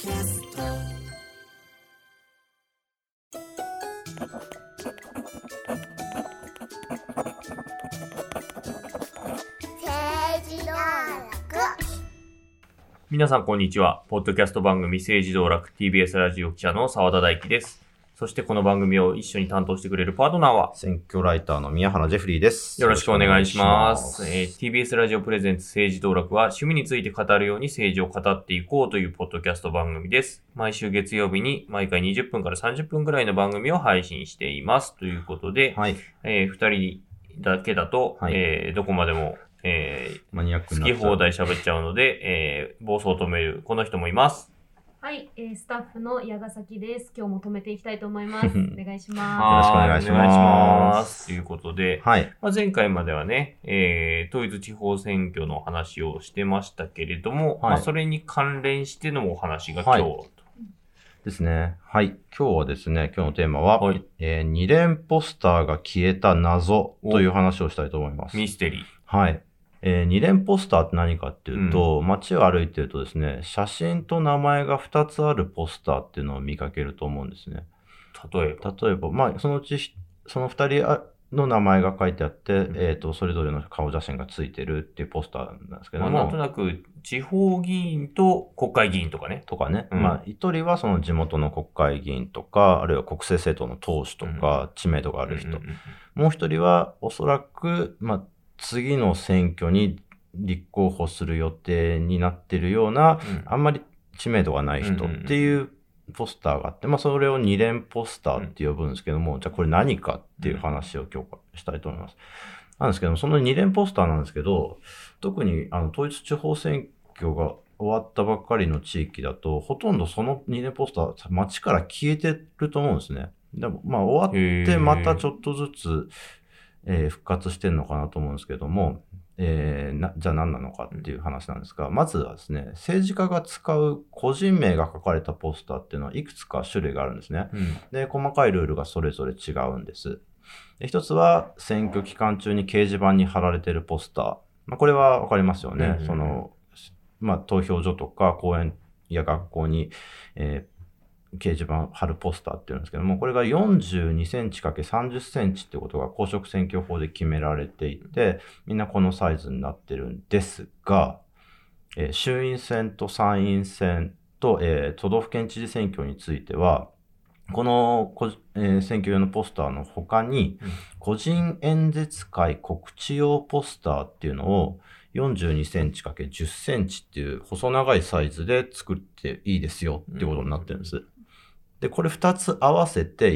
スト皆さんこんにちは。ポッドキャスト番組政治道楽 TBS ラジオ記者の澤田大樹です。そしてこの番組を一緒に担当してくれるパートナーは選挙ライターの宮原ジェフリーです。 よろしくお願いします。TBS ラジオプレゼンツ政治道楽は趣味について語るように政治を語っていこうというポッドキャスト番組です。毎週月曜日に毎回20分から30分くらいの番組を配信しています。ということで、 はい。 2人だけだと、 はい、 どこまでもマニアックになっちゃう好き放題喋っちゃうので、暴走を止めるこの人もいます。 はい、スタッフの矢ヶ崎です。今日も止めていきたいと思います。お願いします。 よろしくお願いします。 ということで、 はい。 前回まではね、統一地方選挙の話をしてましたけれども、 はい、 それに関連してのお話が今日、 ですね。はい。今日はですね、今日のテーマは、 はい、 二連ポスターが消えた謎という話をしたいと思います。 ミステリー。 はい。二連ポスターって何かっていうと、街を歩いてるとですね、写真と名前が2つあるポスターっていうのを見かけると思うんですね。 例えば、 そのうち、その2人の名前が書いてあって、それぞれの顔写真がついてるっていうポスターなんですけども。 なんとなく、地方議員と国会議員とかね。 とかね。一人はその地元の国会議員とか、あるいは国政政党の党首とか、知名度がある人。もう一人は、おそらく、次の選挙に立候補する予定になっているような、あんまり知名度がない人っていうポスターがあって、それを二連ポスターって呼ぶんですけども、じゃあこれ何かっていう話を今日したいと思います。なんですけども、その二連ポスターなんですけど、特に統一地方選挙が終わったばっかりの地域だと、ほとんどその二連ポスター、街から消えてると思うんですね。でも、終わってまたちょっとずつ、復活してるのかなと思うんですけども、じゃあ何なのかっていう話なんですが、まずはですね、政治家が使う個人名が書かれたポスターっていうのはいくつか種類があるんですね。で、細かいルールがそれぞれ違うんです。で、一つは選挙期間中に掲示板に貼られているポスター。これはわかりますよね。投票所とか公園や学校に、掲示板貼るポスターっていうんですけども、これが42センチ ×30 センチってことが公職選挙法で決められていて、みんなこのサイズになってるんですが、衆院選と参院選と、都道府県知事選挙については、この、選挙用のポスターの他に、個人演説会告知用ポスターっていうのを42センチ ×10 センチっていう細長いサイズで作っていいですよってことになってるんです。で、これ2つ合わせて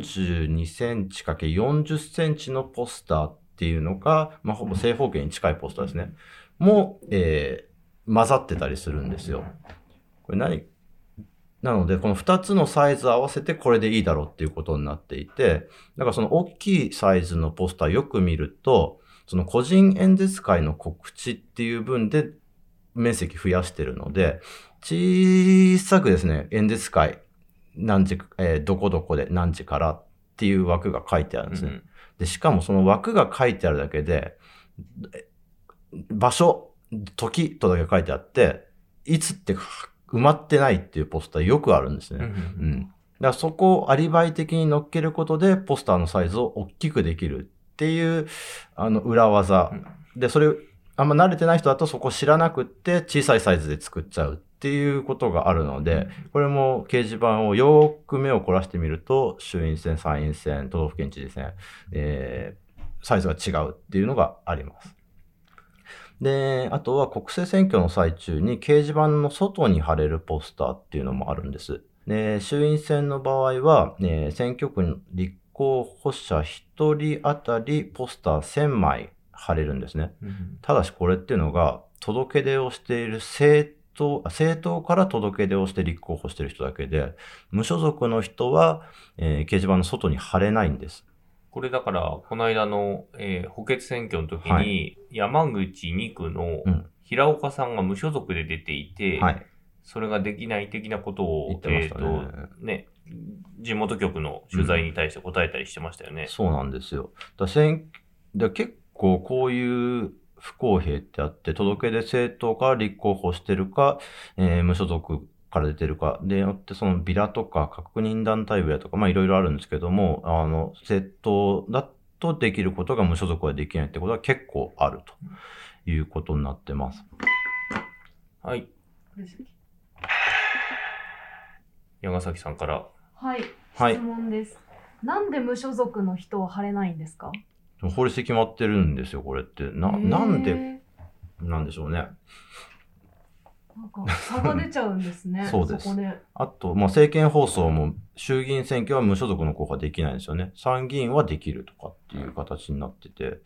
42センチ ×40 センチのポスターっていうのが、ほぼ正方形に近いポスターですね。も、混ざってたりするんですよ。これなので、この2つのサイズ合わせてこれでいいだろうっていうことになっていて、だからその大きいサイズのポスターよく見ると、その個人演説会の告知っていう分で面積増やしてるので、小さくですね、演説会、何時、どこどこで何時からっていう枠が書いてあるんですね。で、しかもその枠が書いてあるだけで、場所、時とだけ書いてあって、いつって埋まってないっていうポスターよくあるんですね。だからそこをアリバイ的に乗っけることで、ポスターのサイズを大きくできるっていう、裏技。で、それ、あんま慣れてない人だとそこ知らなくって小さいサイズで作っちゃうっていうことがあるので、これも掲示板をよーく目を凝らしてみると、衆院選、参院選、都道府県知事選、サイズが違うっていうのがあります。で、あとは国政選挙の最中に掲示板の外に貼れるポスターっていうのもあるんです。で、衆院選の場合は、選挙区に立候補者1人当たりポスター1000枚貼れるんですね。ただしこれっていうのが届け出をしている政党から届け出をして立候補している人だけで、無所属の人は、掲示板の外に貼れないんです。 これだから、この間の、補欠選挙の時に、山口2区の平岡さんが無所属で出ていて、それができない的なことを、 言ってましたね。 地元局の取材に対して答えたりしてましたよね。 そうなんですよ。結構こういう不公平ってあって、届け出政党から立候補してるか、無所属かから出てるかでよって、そのビラとか確認団体ビラとか、いろいろあるんですけども、政党だとできることが無所属はできないってことは結構あるということになってます。 はい。矢崎さんから。 はい。質問です。なんで無所属の人は貼れないんですか？ 法律で決まってるんですよ、これって。なんで、なんでしょうね。 なんか差が出ちゃうんですね。 そうです。 そこで。 あと、政見放送も衆議院選挙は無所属の候補はできないんですよね。参議院はできるとかっていう形になってて。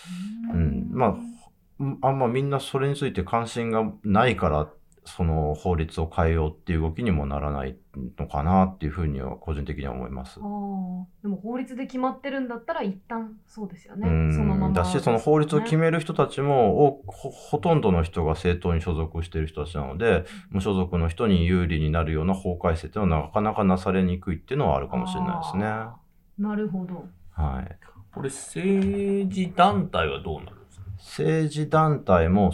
あんまみんなそれについて関心がないから、その法律を変えようっていう動きにもならないのかなっていうふうには個人的には思います。 でも法律で決まってるんだったら一旦そうですよね。そのままだし、その法律を決める人たちもほとんどの人が政党に所属している人たちなので、無所属の人に有利になるような法改正っていうのはなかなかなされにくいっていうのはあるかもしれないですね。 なるほど。 はい。 これ政治団体はどうなるんですか？ 政治団体も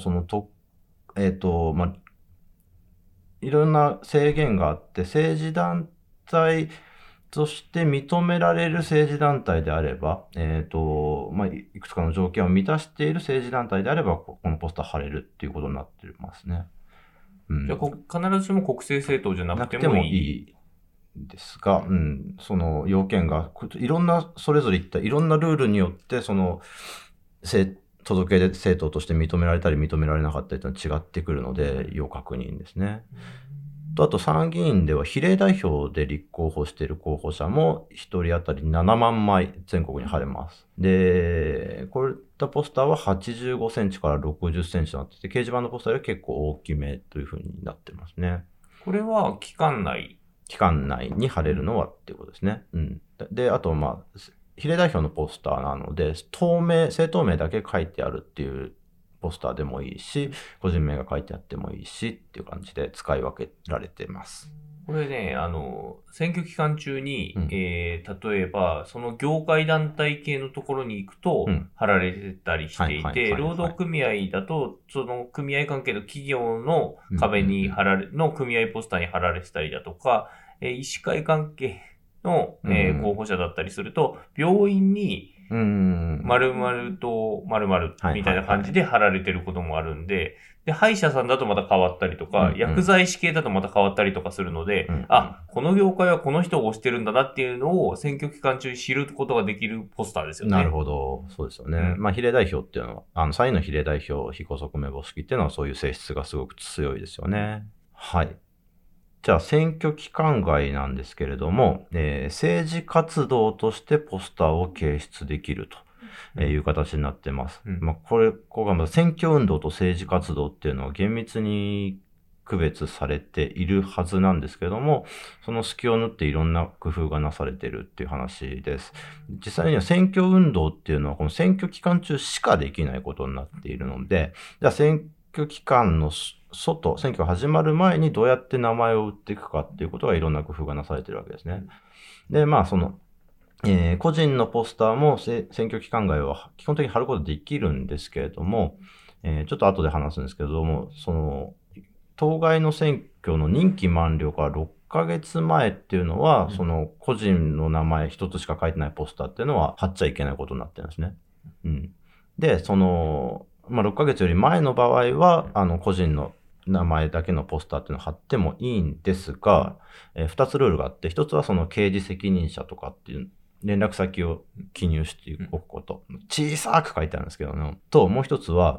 いろんな制限があって、政治団体として認められる政治団体であれば、いくつかの条件を満たしている政治団体であれば、このポスター貼れるっていうことになってますね。 じゃあ必ずしも国政政党じゃなくてもいいですが、その要件が、いろんな、それぞれいったいろんなルールによって、その、届け出政党として認められたり認められなかったりというのは違ってくるので、要確認ですね。あと参議院では比例代表で立候補している候補者も1人当たり7万枚全国に貼れます。で、こういったポスターは85センチから60センチとなってて、掲示板のポスターより結構大きめという風になってますね。 これは期間内に貼れるのはっていうことですね。で、あと比例代表のポスターなので、政党名だけ書いてあるっていうポスターでもいいし、個人名が書いてあってもいいしっていう感じで使い分けられてます。 これね、選挙期間中に、例えば、その業界団体系のところに行くと、貼られてたりしていて、労働組合だと、その組合関係の企業の壁にの組合ポスターに貼られてたりだとか、医師会関係の、候補者だったりすると、病院に、〇〇と〇〇みたいな感じで貼られてることもあるんで、で、歯医者さんだとまた変わったりとか、薬剤師系だとまた変わったりとかするので、この業界はこの人を推してるんだなっていうのを選挙期間中に知ることができるポスターですよね。 なるほど。そうですよね。比例代表っていうのは、参院の比例代表、非拘束名簿式っていうのはそういう性質がすごく強いですよね。はい。じゃあ選挙期間外なんですけれども、政治活動としてポスターを掲出できるという形になっています。ここが選挙運動と政治活動っていうのは厳密に区別されているはずなんですけども、その隙を縫っていろんな工夫がなされているっていう話です。実際には選挙運動っていうのはこの選挙期間中しかできないことになっているので、じゃあ選挙期間の選挙が始まる前にどうやって名前を売っていくかっていうことがいろんな工夫がなされているわけですね。で、個人のポスターも選挙期間外は基本的に貼ることできるんですけれども、ちょっと後で話すんですけれども、当該の選挙の任期満了から6ヶ月前っていうのは、その個人の名前一つしか書いてないポスターっていうのは貼っちゃいけないことになってるんですね。で、6ヶ月より前の場合は、個人の名前だけのポスターっていうのを貼ってもいいんですが、2つルールがあって、1つはその刑事責任者とかっていう連絡先を記入しておくこと。小さく書いてあるんですけどね。と、もう1つは、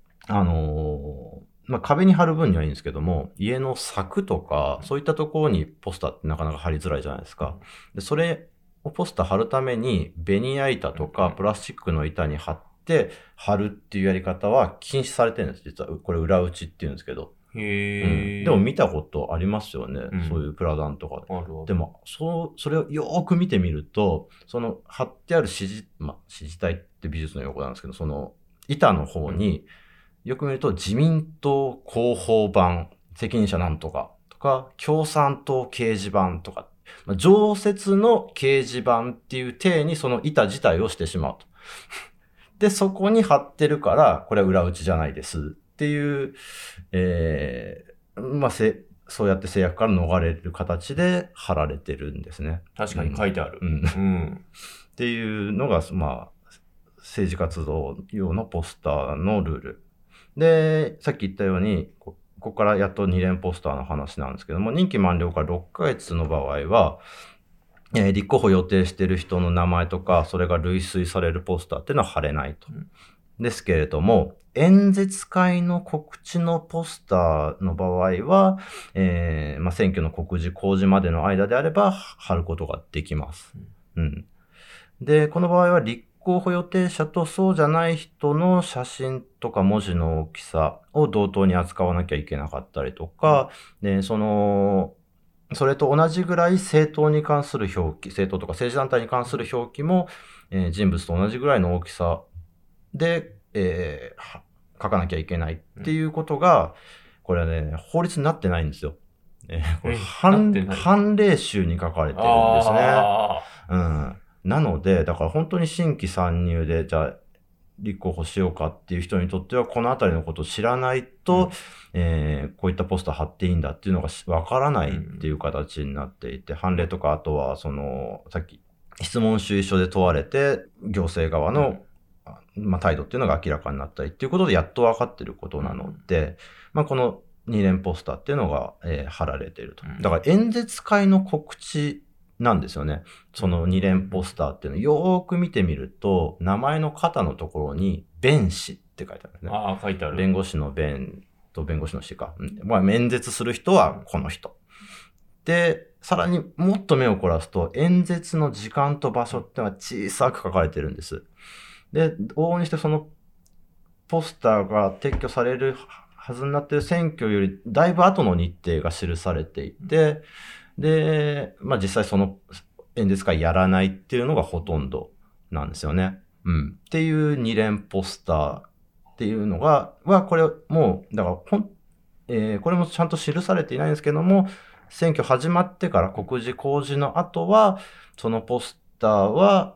壁に貼る分にはいいんですけども、家の柵とか、そういったところにポスターってなかなか貼りづらいじゃないですか。で、それをポスター貼るために、ベニヤ板とかプラスチックの板に貼って貼るっていうやり方は禁止されてるんです。実は、これ裏打ちっていうんですけど。でも見たことありますよね。そういうプラダンとかで。でも、それをよーく見てみると、その貼ってある指示体って美術の用語なんですけど、その板の方に、よく見ると自民党広報版、責任者なんとか、とか、共産党掲示板とか、常設の掲示板っていう体にその板自体をしてしまうと。で、そこに貼ってるから、これは裏打ちじゃないです。っていう、 そうやって制約から逃れる形で貼られてるんですね。 確かに書いてある。 っていうのが、政治活動用のポスターのルール。で、さっき言ったように、ここからやっと2連ポスターの話なんですけども、任期満了から6ヶ月の場合は、立候補予定している人の名前とか、それが類推されるポスターっていうのは貼れないと。ですけれども、演説会の告知のポスターの場合は、選挙の告示公示までの間であれば貼ることができます。で、この場合は立候補予定者とそうじゃない人の写真とか文字の大きさを同等に扱わなきゃいけなかったりとか、で、それと同じぐらい政党に関する表記、政党とか政治団体に関する表記も、人物と同じぐらいの大きさで、書かなきゃいけないっていうことが、これはね、法律になってないんですよ。これ判例集に書かれてるんですね。なので、だから本当に新規参入で、じゃあ、立候補しようかっていう人にとっては、このあたりのことを知らないと、こういったポスター貼っていいんだっていうのがわからないっていう形になっていて、判例とか、あとは、さっき、質問主意書で問われて、行政側の、態度っていうのが明らかになったりっていうことでやっと分かってることなので、この2連ポスターっていうのが、貼られていると。だから演説会の告知なんですよね。その2連ポスターっていうのをよーく見てみると、名前の肩のところに弁士って書いてあるんですね。 書いてある。 弁護士の弁と弁護士の士か。演説する人はこの人。で、さらにもっと目を凝らすと、演説の時間と場所っていうのは小さく書かれてるんです。で、往々にしてそのポスターが撤去されるはずになっている選挙よりだいぶ後の日程が記されていて、で、実際その演説会やらないっていうのがほとんどなんですよね。っていう2連ポスターっていうのが、これもう、だからこれもちゃんと記されていないんですけども、選挙始まってから告示公示の後は、そのポスターは、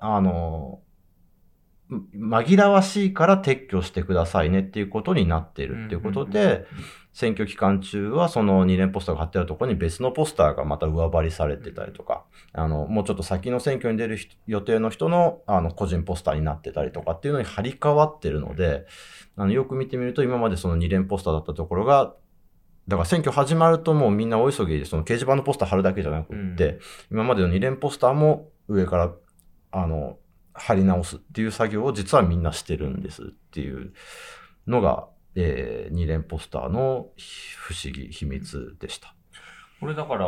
紛らわしいから撤去してくださいねっていうことになっているっていうことで、選挙期間中はその2連ポスターが貼ってあるところに別のポスターがまた上張りされてたりとか、もうちょっと先の選挙に出る予定の人の個人ポスターになってたりとかっていうのに貼り替わってるので、よく見てみると今までその2連ポスターだったところが、だから選挙始まるともうみんな大急ぎでその掲示板のポスター貼るだけじゃなくって、今までの2連ポスターも上から貼り直すっていう作業を実はみんなしてるんですっていうのが、2連ポスターの不思議、秘密でした。 これだから、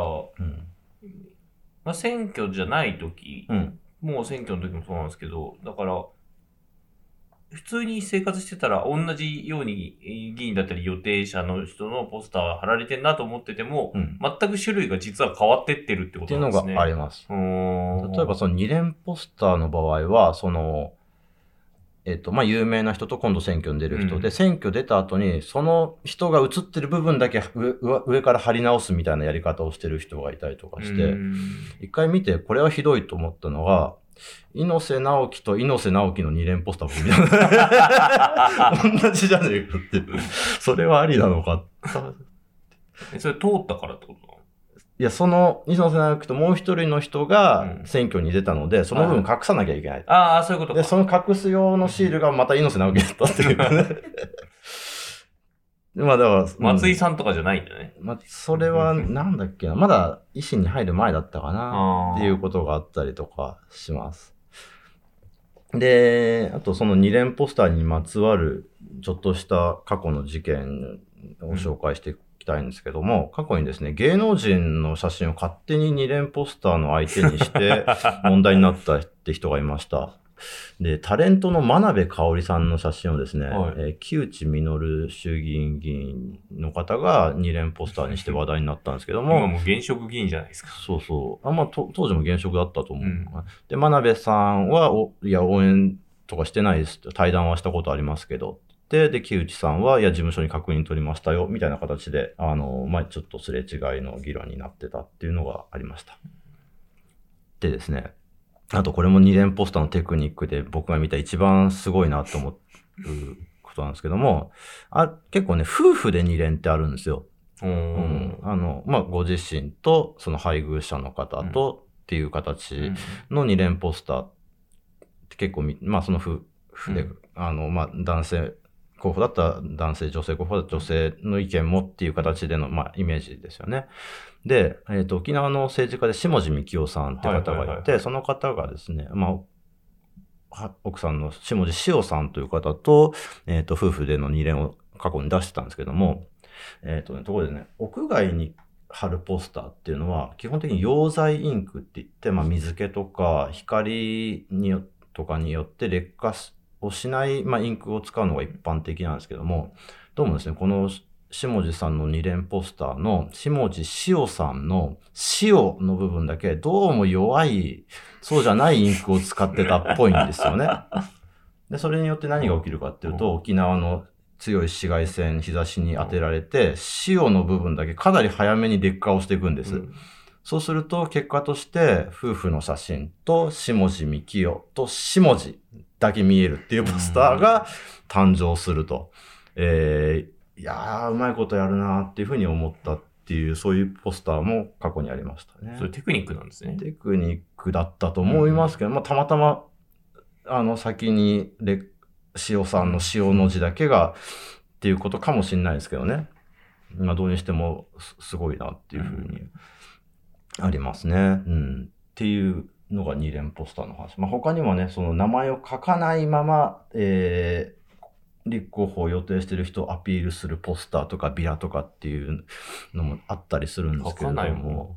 選挙じゃない時、もう選挙の時もそうなんですけど、だから、普通に生活してたら同じように議員だったり予定者の人のポスター貼られてんなと思ってても、全く種類が実は変わってってるってことなんですね。 っていうのがあります。例えばその2連ポスターの場合は、有名な人と今度選挙に出る人で、選挙出た後にその人が映ってる部分だけ上から貼り直すみたいなやり方をしてる人がいたりとかして、一回見てこれはひどいと思ったのが、猪瀬直樹と猪瀬直樹の2連ポスターを見た。同じじゃねえかって。それはありなのか。 それ通ったからってことなの？ いや、その猪瀬直樹ともう一人の人が選挙に出たので、その部分隠さなきゃいけない。 そういうことか。 で、その隠す用のシールがまた猪瀬直樹だったっていうかね。だから、 松井さんとかじゃないんだね。 それは、なんだっけな。まだ維新に入る前だったかな。っていうことがあったりとかします。で、あとその2連ポスターにまつわる、ちょっとした過去の事件を紹介していきたいんですけども、過去にですね、芸能人の写真を勝手に2連ポスターの相手にして問題になったって人がいました。で、タレントの真鍋かおりさんの写真をですね、木内稔衆議院議員の方が2連ポスターにして話題になったんですけども。 今もう現職議員じゃないですか。 そうそう。当時も現職だったと思う。で、真鍋さんは、応援とかしてないです。対談はしたことありますけど。で、木内さんは、事務所に確認取りましたよ、みたいな形で、ちょっとすれ違いの議論になってたっていうのがありました。でですね、あとこれも2連ポスターのテクニックで僕が見た一番すごいなと思うことなんですけども、結構ね、夫婦で2連ってあるんですよ。 ご自身とその配偶者の方とっていう形の2連ポスターって結構その夫婦で、男性候補だったら男性、女性候補だったら女性の意見もっていう形での、イメージですよね。で、沖縄の政治家で下地幹夫さんって方がいて、その方がですね、奥さんの下地塩さんという方と、夫婦での2連を過去に出してたんですけども、ところでね、屋外に貼るポスターっていうのは、基本的に溶剤インクって言って、水気とか光とかによって劣化をしない、インクを使うのが一般的なんですけども、どうもですね、この下地さんの2連ポスターの下地塩さんの塩の部分だけどうも弱い、そうじゃないインクを使ってたっぽいんですよね。で、それによって何が起きるかっていうと、沖縄の強い紫外線、日差しに当てられて、塩の部分だけかなり早めに劣化をしていくんです。そうすると、結果として、夫婦の写真と下地幹夫と下地だけ見えるっていうポスターが誕生すると。いやー、うまいことやるなーっていうふうに思ったっていう、そういうポスターも過去にありましたね。 それテクニックなんですね。 テクニックだったと思いますけど、たまたま、先に塩さんの塩の字だけがっていうことかもしれないですけどね。どうにしてもすごいなっていうふうにありますね。っていうのが2連ポスターの話。他にもね、その名前を書かないまま、立候補を予定している人をアピールするポスターとかビラとかっていうのもあったりするんですけれども、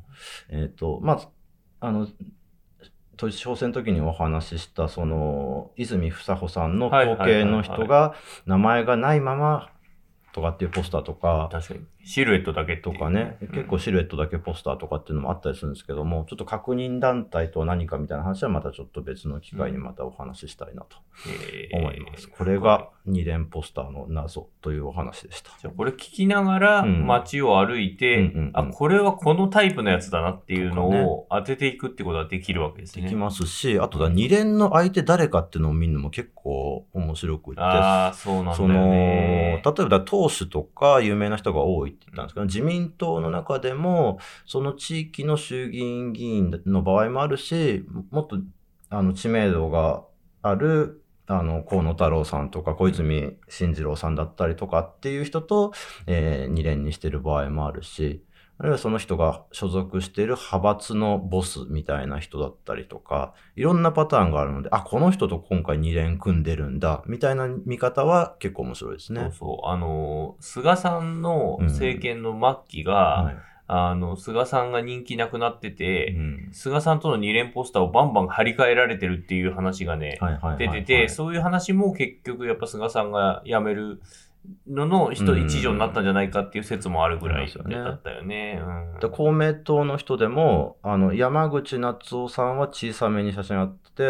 統一地方選の時にお話しした、その、泉房穂さんの後継の人が名前がないままとかっていうポスターとか、 確かに。シルエットだけとかね、結構シルエットだけポスターとかっていうのもあったりするんですけども、ちょっと確認団体とは何かみたいな話はまたちょっと別の機会にまたお話ししたいなと思います。これが2連ポスターの謎というお話でした。 じゃあこれ聞きながら街を歩いて、これはこのタイプのやつだなっていうのを当てていくってことができるわけですね。 できますし、あと2連の相手誰かっていうのを見るのも結構面白くって。 そうなんだよね。 例えば党首とか有名な人が多いって言ったんですけど、自民党の中でも、その地域の衆議院議員の場合もあるし、もっと、知名度がある、河野太郎さんとか小泉進次郎さんだったりとかっていう人と、2連にしてる場合もあるし、あるいはその人が所属している派閥のボスみたいな人だったりとか、いろんなパターンがあるので、この人と今回2連組んでるんだ、みたいな見方は結構面白いですね。 菅さんの政権の末期が、菅さんが人気なくなってて、菅さんとの2連ポスターをバンバン張り替えられてるっていう話がね、出てて、そういう話も結局やっぱ菅さんが辞めるの一助になったんじゃないかっていう説もあるぐらいだったよね。 公明党の人でも、山口夏夫さんは小さめに写真あって、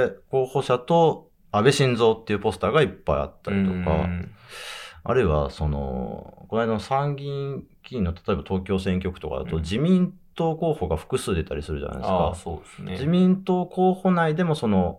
候補者と安倍晋三っていうポスターがいっぱいあったりとか、あるいはこの間の参議院議員の例えば東京選挙区とかだと、自民党候補が複数出たりするじゃないですか。 そうですね。 自民党候補内でも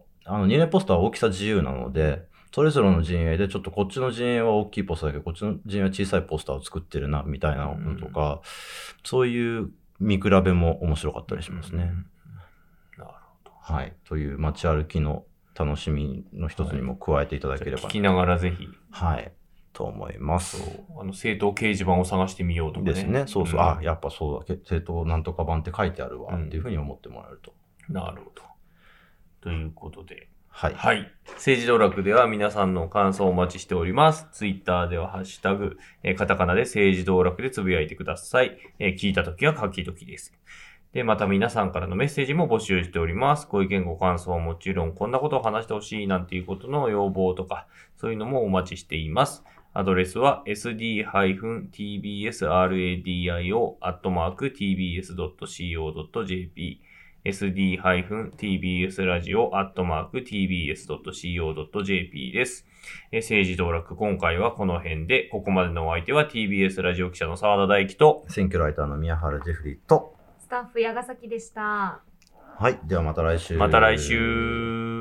2連ポスターは大きさ自由なので、それぞれの陣営でちょっとこっちの陣営は大きいポスターだけど、こっちの陣営は小さいポスターを作ってるな、みたいなのとか、そういう見比べも面白かったりしますね。 なるほど。 はい。という街歩きの楽しみの一つにも加えていただければ。 聞きながらぜひ。 はい。と思います。 政党掲示板を探してみようとかね。 ですね。そうそう。やっぱそうだ。政党なんとか版って書いてあるわ、っていうふうに思ってもらえると。 なるほど。ということで。 はい。 はい。政治道楽では皆さんの感想をお待ちしております。ツイッターではハッシュタグ、カタカナで政治道楽でつぶやいてください。聞いたときは書き時です。で、また皆さんからのメッセージも募集しております。ご意見ご感想はもちろん、こんなことを話してほしいなんていうことの要望とか、そういうのもお待ちしています。アドレスは sd-tbsradio@tbs.co.jp sd-tbsradio@tbs.co.jp です。政治道楽、今回はこの辺で、ここまでのお相手は TBS ラジオ記者の澤田大樹と、 選挙ライターの宮原ジェフリーと、 スタッフ矢ヶ崎でした。 はい。ではまた来週。 また来週。